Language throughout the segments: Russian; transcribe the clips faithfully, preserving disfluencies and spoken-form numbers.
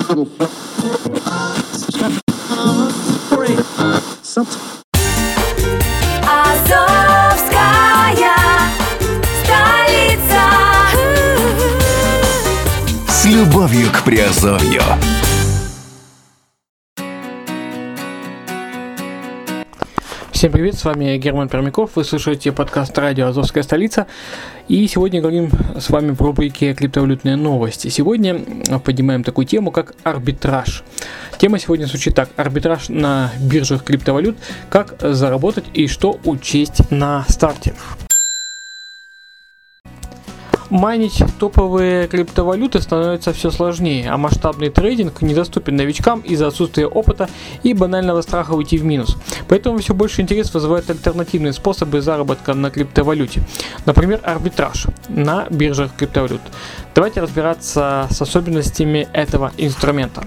столица. С любовью к Приазовью. Всем привет, с вами Герман Пермяков, вы слушаете подкаст радио «Азовская столица», и сегодня говорим с вами про рубрике «Криптовалютные новости». Сегодня поднимаем такую тему, как арбитраж. Тема сегодня звучит так: арбитраж на биржах криптовалют, как заработать и что учесть на старте. Майнить топовые криптовалюты становится все сложнее, а масштабный трейдинг недоступен новичкам из-за отсутствия опыта и банального страха уйти в минус. Поэтому все больше интерес вызывают альтернативные способы заработка на криптовалюте. Например, арбитраж на биржах криптовалют. Давайте разбираться с особенностями этого инструмента.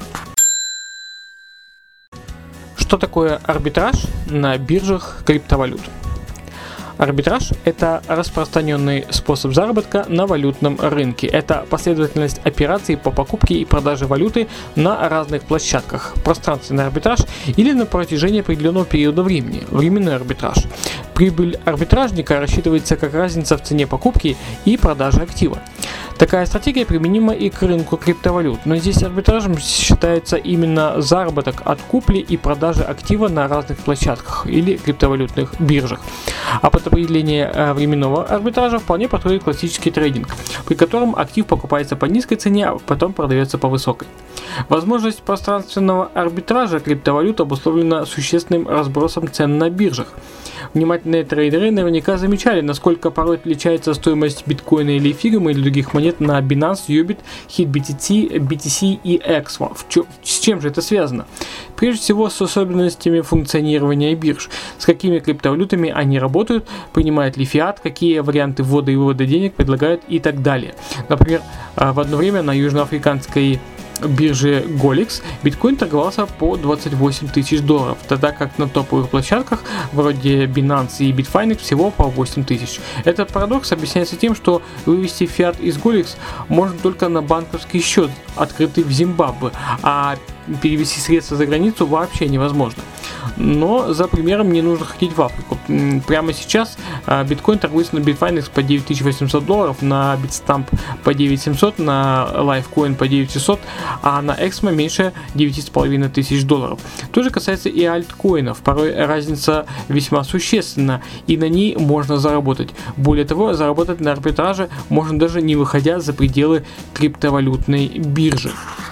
Что такое арбитраж на биржах криптовалют? Арбитраж – это распространенный способ заработка на валютном рынке. Это последовательность операций по покупке и продаже валюты на разных площадках. Пространственный арбитраж или на протяжении определенного периода времени. Временной арбитраж. Прибыль арбитражника рассчитывается как разница в цене покупки и продажи актива. Такая стратегия применима и к рынку криптовалют, но здесь арбитражем считается именно заработок от купли и продажи актива на разных площадках или криптовалютных биржах. А под определение временного арбитража вполне подходит классический трейдинг, при котором актив покупается по низкой цене, а потом продается по высокой. Возможность пространственного арбитража криптовалют обусловлена существенным разбросом цен на биржах. Внимательные трейдеры наверняка замечали, насколько порой отличается стоимость биткоина или эфириума или других монет на Binance, Ubit, HitBTC, би ти си и Экс. С чем же это связано? Прежде всего с особенностями функционирования бирж, с какими криптовалютами они работают, принимают ли фиат, какие варианты ввода и вывода денег предлагают и так далее. Например, в одно время на южноафриканской бирже Golex биткоин торговался по двадцать восемь тысяч долларов, тогда как на топовых площадках вроде Binance и Bitfinex всего по восемь тысяч. Этот парадокс объясняется тем, что вывести фиат из Golex можно только на банковский счет, открытый в Зимбабве, а перевести средства за границу вообще невозможно. Но за примером не нужно ходить в Африку. Прямо сейчас биткоин торгуется на Bitfinex по девять тысяч восемьсот долларов, на Bitstamp по девять тысяч семьсот, на Lifecoin по девять тысяч шестьсот, а на Exmo меньше девять с половиной тысяч долларов. То же касается и альткоинов. Порой разница весьма существенна, и на ней можно заработать. Более того, заработать на арбитраже можно даже не выходя за пределы криптовалютной биржи.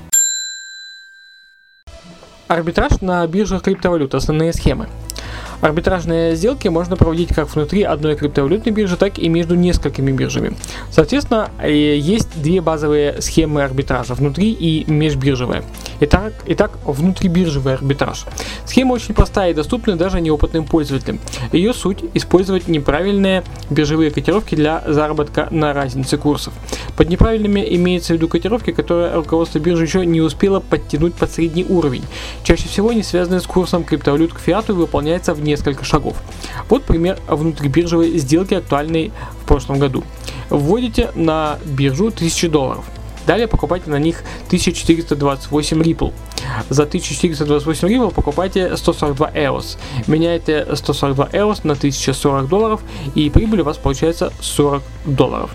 Арбитраж на биржах криптовалют. Основные схемы. Арбитражные сделки можно проводить как внутри одной криптовалютной биржи, так и между несколькими биржами. Соответственно, есть две базовые схемы арбитража: внутри и межбиржевая. Итак, итак, внутрибиржевый арбитраж. Схема очень простая и доступна даже неопытным пользователям. Ее суть – использовать неправильные биржевые котировки для заработка на разнице курсов. Под неправильными имеется в виду котировки, которые руководство биржи еще не успело подтянуть под средний уровень. Чаще всего не связанные с курсом криптовалют к фиату и выполняется в несколько шагов. Вот пример внутрибиржевой сделки, актуальной в прошлом году. Вводите на биржу тысячу долларов. Далее покупайте на них тысяча четыреста двадцать восемь Ripple. За тысяча четыреста двадцать восемь Ripple покупайте сто сорок два и о эс. Меняйте сто сорок два и о эс на тысяча сорок долларов, и прибыль у вас получается сорок долларов.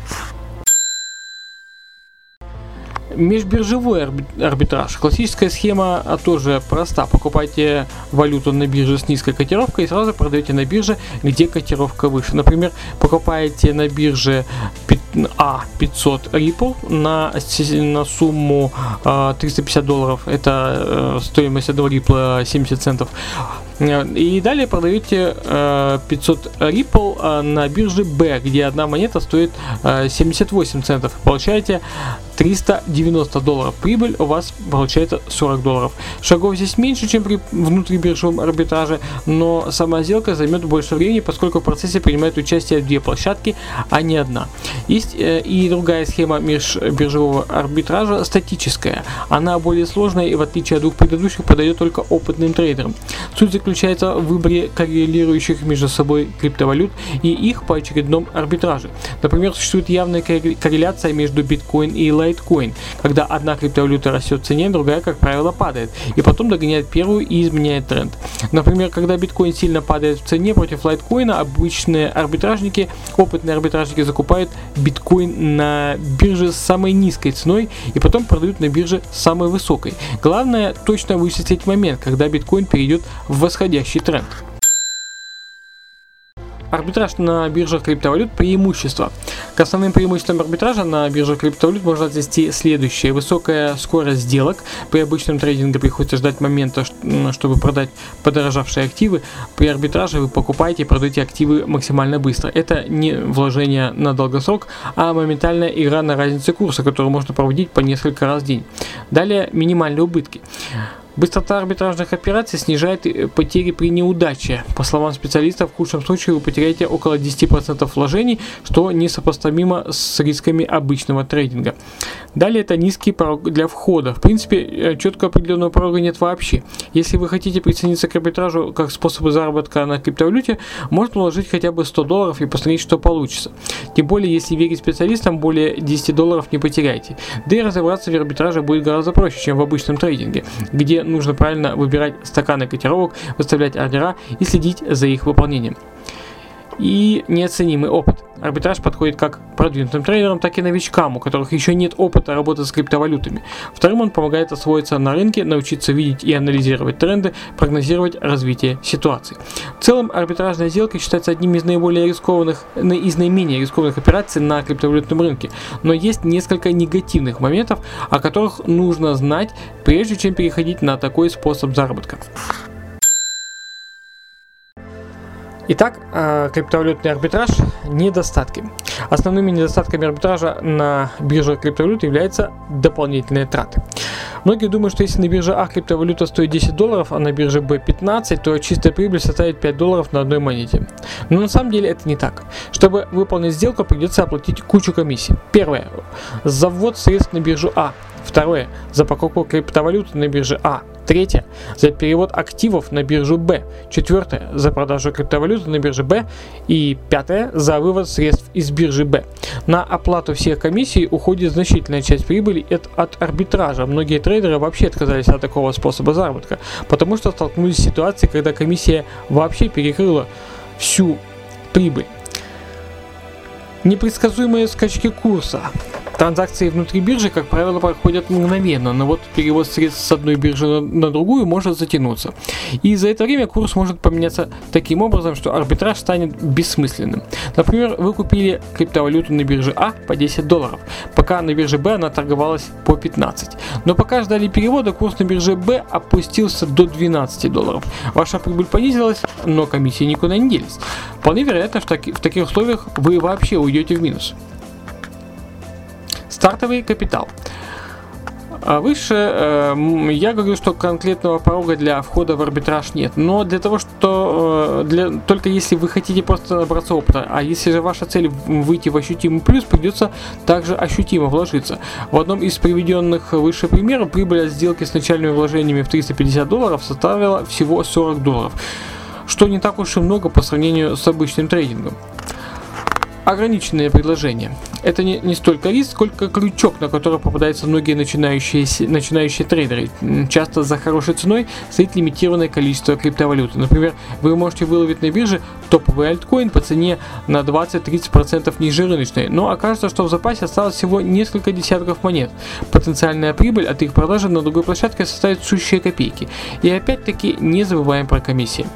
Межбиржевой арбитраж. Классическая схема тоже проста. Покупайте валюту на бирже с низкой котировкой и сразу продаете на бирже, где котировка выше. Например, покупаете на бирже А пятьсот Ripple на, на сумму э, триста пятьдесят долларов. Это э, стоимость одного Ripple семьдесят центов. И далее продаете э, пятьсот Ripple э, на бирже Б, где одна монета стоит э, семьдесят восемь центов. Получаете триста девяносто долларов. Прибыль у вас получается сорок долларов. Шагов здесь меньше, чем при внутрибиржевом арбитраже, но сама сделка займет больше времени, поскольку в процессе принимают участие две площадки, а не одна. Есть э, и другая схема межбиржевого арбитража, статическая. Она более сложная и, в отличие от двух предыдущих, подойдет только опытным трейдерам. Суть заключается в выборе коррелирующих между собой криптовалют и их поочередном арбитраже. Например, существует явная корреляция между биткоин и лайткоин, когда одна криптовалюта растет в цене, другая, как правило, падает, и потом догоняет первую и изменяет тренд. Например, когда биткоин сильно падает в цене против лайткоина, обычные арбитражники, опытные арбитражники закупают биткоин на бирже с самой низкой ценой и потом продают на бирже с самой высокой. Главное точно вычислить момент, когда биткоин перейдет в восходящий тренд. Арбитраж на биржах криптовалют – преимущество. К основным преимуществам арбитража на биржах криптовалют можно отнести следующее. Высокая скорость сделок. При обычном трейдинге приходится ждать момента, чтобы продать подорожавшие активы. При арбитраже вы покупаете и продаете активы максимально быстро. Это не вложение на долгосрок, а моментальная игра на разнице курса, которую можно проводить по несколько раз в день. Далее, минимальные убытки. Быстрота арбитражных операций снижает потери при неудаче. По словам специалистов, в худшем случае вы потеряете около десять процентов вложений, что несопоставимо с рисками обычного трейдинга. Далее это низкий порог для входа. В принципе, четко определенного порога нет вообще. Если вы хотите присоединиться к арбитражу как способу заработка на криптовалюте, можно вложить хотя бы сто долларов и посмотреть, что получится. Тем более, если верить специалистам, более десяти долларов не потеряете. Да и разобраться в арбитраже будет гораздо проще, чем в обычном трейдинге, где нужно правильно выбирать стаканы котировок, выставлять ордера и следить за их выполнением. И неоценимый опыт. Арбитраж подходит как продвинутым трейдерам, так и новичкам, у которых еще нет опыта работы с криптовалютами. Вторым, он помогает освоиться на рынке, научиться видеть и анализировать тренды, прогнозировать развитие ситуации. В целом, арбитражная сделка считается одним из наиболее рискованных, из наименее рискованных операций на криптовалютном рынке. Но есть несколько негативных моментов, о которых нужно знать, прежде чем переходить на такой способ заработка. Итак, криптовалютный арбитраж. Недостатки. Основными недостатками арбитража на бирже криптовалют являются дополнительные траты. Многие думают, что если на бирже А криптовалюта стоит десять долларов, а на бирже Б пятнадцать, то чистая прибыль составит пять долларов на одной монете. Но на самом деле это не так. Чтобы выполнить сделку, придется оплатить кучу комиссий. Первое. За ввод средств на биржу А. Второе. За покупку криптовалюты на бирже А. Третье. За перевод активов на биржу Б. Четвертое. За продажу криптовалюты на бирже Б. И пятое. За вывод средств из биржи Б. На оплату всех комиссий уходит значительная часть прибыли от арбитража. Многие трейдеры вообще отказались от такого способа заработка, потому что столкнулись с ситуацией, когда комиссия вообще перекрыла всю прибыль. Непредсказуемые скачки курса. Транзакции внутри биржи, как правило, проходят мгновенно, но вот перевод средств с одной биржи на, на другую может затянуться. И за это время курс может поменяться таким образом, что арбитраж станет бессмысленным. Например, вы купили криптовалюту на бирже А по десять долларов, пока на бирже Б она торговалась по пятнадцать. Но пока ждали перевода, курс на бирже Б опустился до двенадцати долларов. Ваша прибыль понизилась, но комиссии никуда не делись. Вполне вероятно, что в таких условиях вы вообще уйдете в минус. Стартовый капитал. Выше э, я говорю, что конкретного порога для входа в арбитраж нет, но для того, что э, для, только если вы хотите просто набраться опыта, а если же ваша цель выйти в ощутимый плюс, придется также ощутимо вложиться. В одном из приведенных выше примеров прибыль от сделки с начальными вложениями в триста пятьдесят долларов составила всего сорок долларов, что не так уж и много по сравнению с обычным трейдингом. Ограниченные предложения. Это не, не столько риск, сколько крючок, на который попадаются многие начинающие, начинающие трейдеры. Часто за хорошей ценой стоит лимитированное количество криптовалюты. Например, вы можете выловить на бирже топовый альткоин по цене на двадцать-тридцать процентов ниже рыночной, но окажется, что в запасе осталось всего несколько десятков монет. Потенциальная прибыль от их продажи на другой площадке составит сущие копейки. И опять-таки не забываем про комиссии.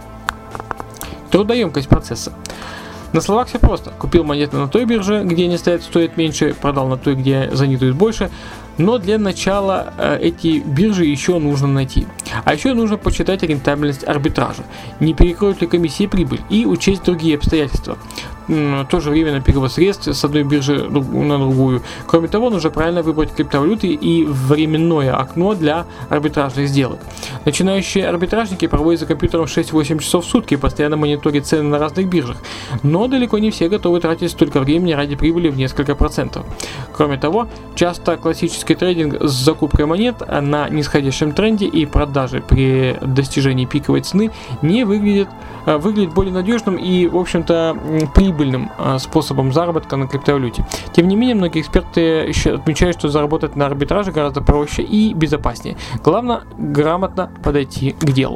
Трудоемкость процесса. На словах все просто. Купил монеты на той бирже, где они стоят, стоят меньше, продал на той, где за них дают больше. Но для начала э, эти биржи еще нужно найти. А еще нужно почитать рентабельность арбитража. Не перекроют ли комиссии прибыль и учесть другие обстоятельства. м, тоже временно перевод средств с одной биржи на другую. Кроме того, нужно правильно выбрать криптовалюты и временное окно для арбитражных сделок. Начинающие арбитражники проводят за компьютером шесть-восемь часов в сутки, постоянно мониторят цены на разных биржах, но далеко не все готовы тратить столько времени ради прибыли в несколько процентов. Кроме того, часто классический трейдинг с закупкой монет на нисходящем тренде и продажей при достижении пиковой цены не выглядит, выглядит более надежным и, в общем-то, прибыльным способом заработка на криптовалюте. Тем не менее, многие эксперты отмечают, что заработать на арбитраже гораздо проще и безопаснее. Главное, грамотно подойти к делу.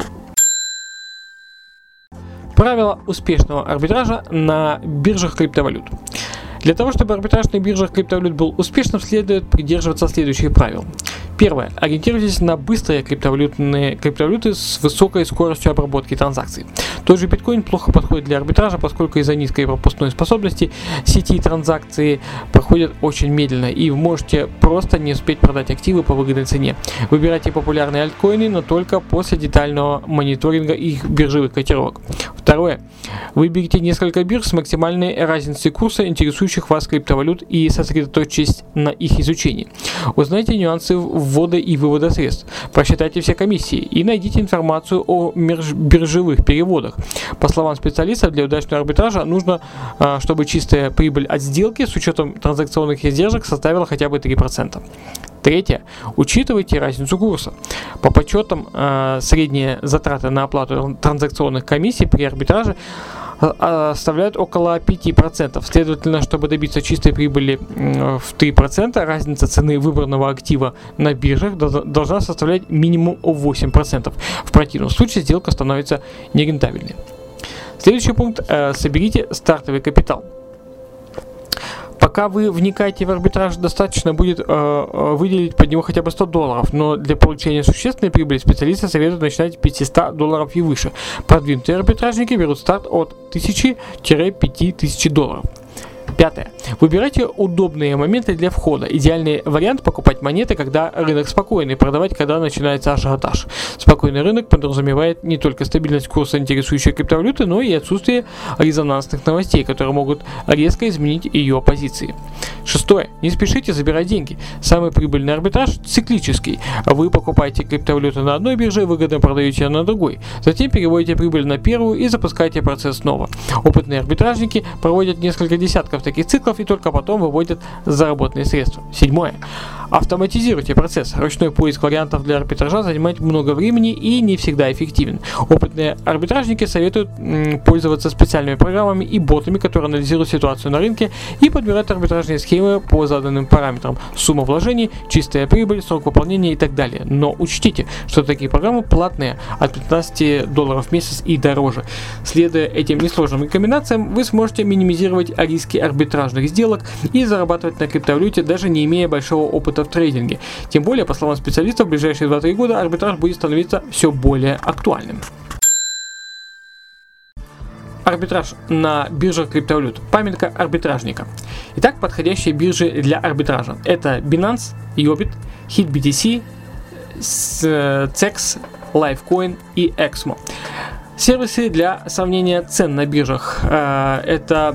Правила успешного арбитража на биржах криптовалют. Для того, чтобы арбитраж на биржах криптовалют был успешным, следует придерживаться следующих правил. Первое. Ориентируйтесь на быстрые криптовалютные криптовалюты с высокой скоростью обработки транзакций. Тот же биткоин плохо подходит для арбитража, поскольку из-за низкой пропускной способности сети транзакции проходят очень медленно, и вы можете просто не успеть продать активы по выгодной цене. Выбирайте популярные альткоины, но только после детального мониторинга их биржевых котировок. Второе. Выберите несколько бирж с максимальной разницей курса интересующих вас криптовалют и сосредоточьтесь на их изучении. Узнайте нюансы ввода и вывода средств, просчитайте все комиссии и найдите информацию о биржевых переводах. По словам специалистов, для удачного арбитража нужно, чтобы чистая прибыль от сделки с учетом транзакционных издержек составила хотя бы три процента. Третье. Учитывайте разницу курса. По подсчетам, э, средние затраты на оплату транзакционных комиссий при арбитраже э, составляют около пять процентов. Следовательно, чтобы добиться чистой прибыли э, в три процента, разница цены выбранного актива на биржах должна составлять минимум восемь процентов. В противном случае сделка становится нерентабельной. Следующий пункт. Э, соберите стартовый капитал. Пока вы вникаете в арбитраж, достаточно будет э, выделить под него хотя бы сто долларов, но для получения существенной прибыли специалисты советуют начинать с пятисот долларов и выше. Продвинутые арбитражники берут старт от тысячи до пяти тысяч долларов. Пятое. Выбирайте удобные моменты для входа. Идеальный вариант — покупать монеты, когда рынок спокойный, продавать, когда начинается ажиотаж. Спокойный рынок подразумевает не только стабильность курса интересующей криптовалюты, но и отсутствие резонансных новостей, которые могут резко изменить ее позиции. Шестое. Не спешите забирать деньги. Самый прибыльный арбитраж циклический. Вы покупаете криптовалюту на одной бирже, выгодно продаете ее на другой. Затем переводите прибыль на первую и запускаете процесс снова. Опытные арбитражники проводят несколько десятков таких циклов и только потом выводят заработанные средства. Седьмое. Автоматизируйте процесс. Ручной поиск вариантов для арбитража занимает много времени и не всегда эффективен. Опытные арбитражники советуют м, пользоваться специальными программами и ботами, которые анализируют ситуацию на рынке и подбирают арбитражные схемы по заданным параметрам: сумма вложений, чистая прибыль, срок выполнения и так далее. Но учтите, что такие программы платные, от пятнадцати долларов в месяц и дороже. Следуя этим несложным рекомендациям, вы сможете минимизировать риски арбитражных сделок и зарабатывать на криптовалюте, даже не имея большого опыта в трейдинге. Тем более, по словам специалистов, в ближайшие два-три года арбитраж будет становиться все более актуальным. Арбитраж на биржах криптовалют. Памятка арбитражника. Итак, подходящие биржи для арбитража. Это Binance, Yobit, хит би ти си, цекс, Lifecoin и Exmo. Сервисы для сравнения цен на биржах. Это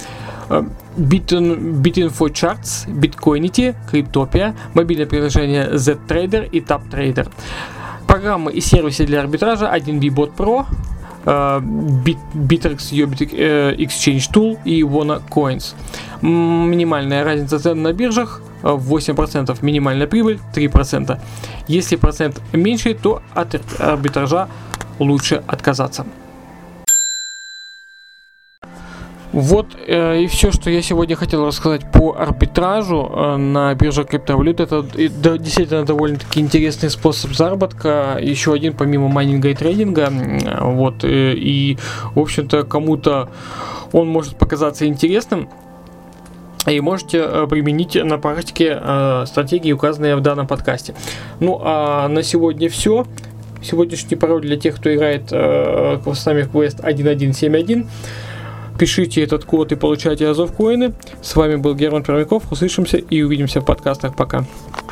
Bitinfo Charts, Bitcoinity, Cryptopia, мобильное приложение Ztrader и TapTrader. Программы и сервисы для арбитража: один би Bot Pro, Bittrex, Yobit Exchange Tool и Wanna Coins. Минимальная разница цен на биржах восемь процентов, минимальная прибыль три процента. Если процент меньше, то от арбитража лучше отказаться. Вот э, и все, что я сегодня хотел рассказать по арбитражу э, на бирже криптовалют. Это э, да, действительно довольно-таки интересный способ заработка. Еще один помимо майнинга и трейдинга. Э, вот, э, и, в общем-то, кому-то он может показаться интересным. И можете э, применить на практике э, стратегии, указанные в данном подкасте. Ну, а на сегодня все. Сегодняшний пароль для тех, кто играет э, с нами в квест один один семь один. Пишите этот код и получайте Азов коины. С вами был Герман Пермяков. Услышимся и увидимся в подкастах. Пока.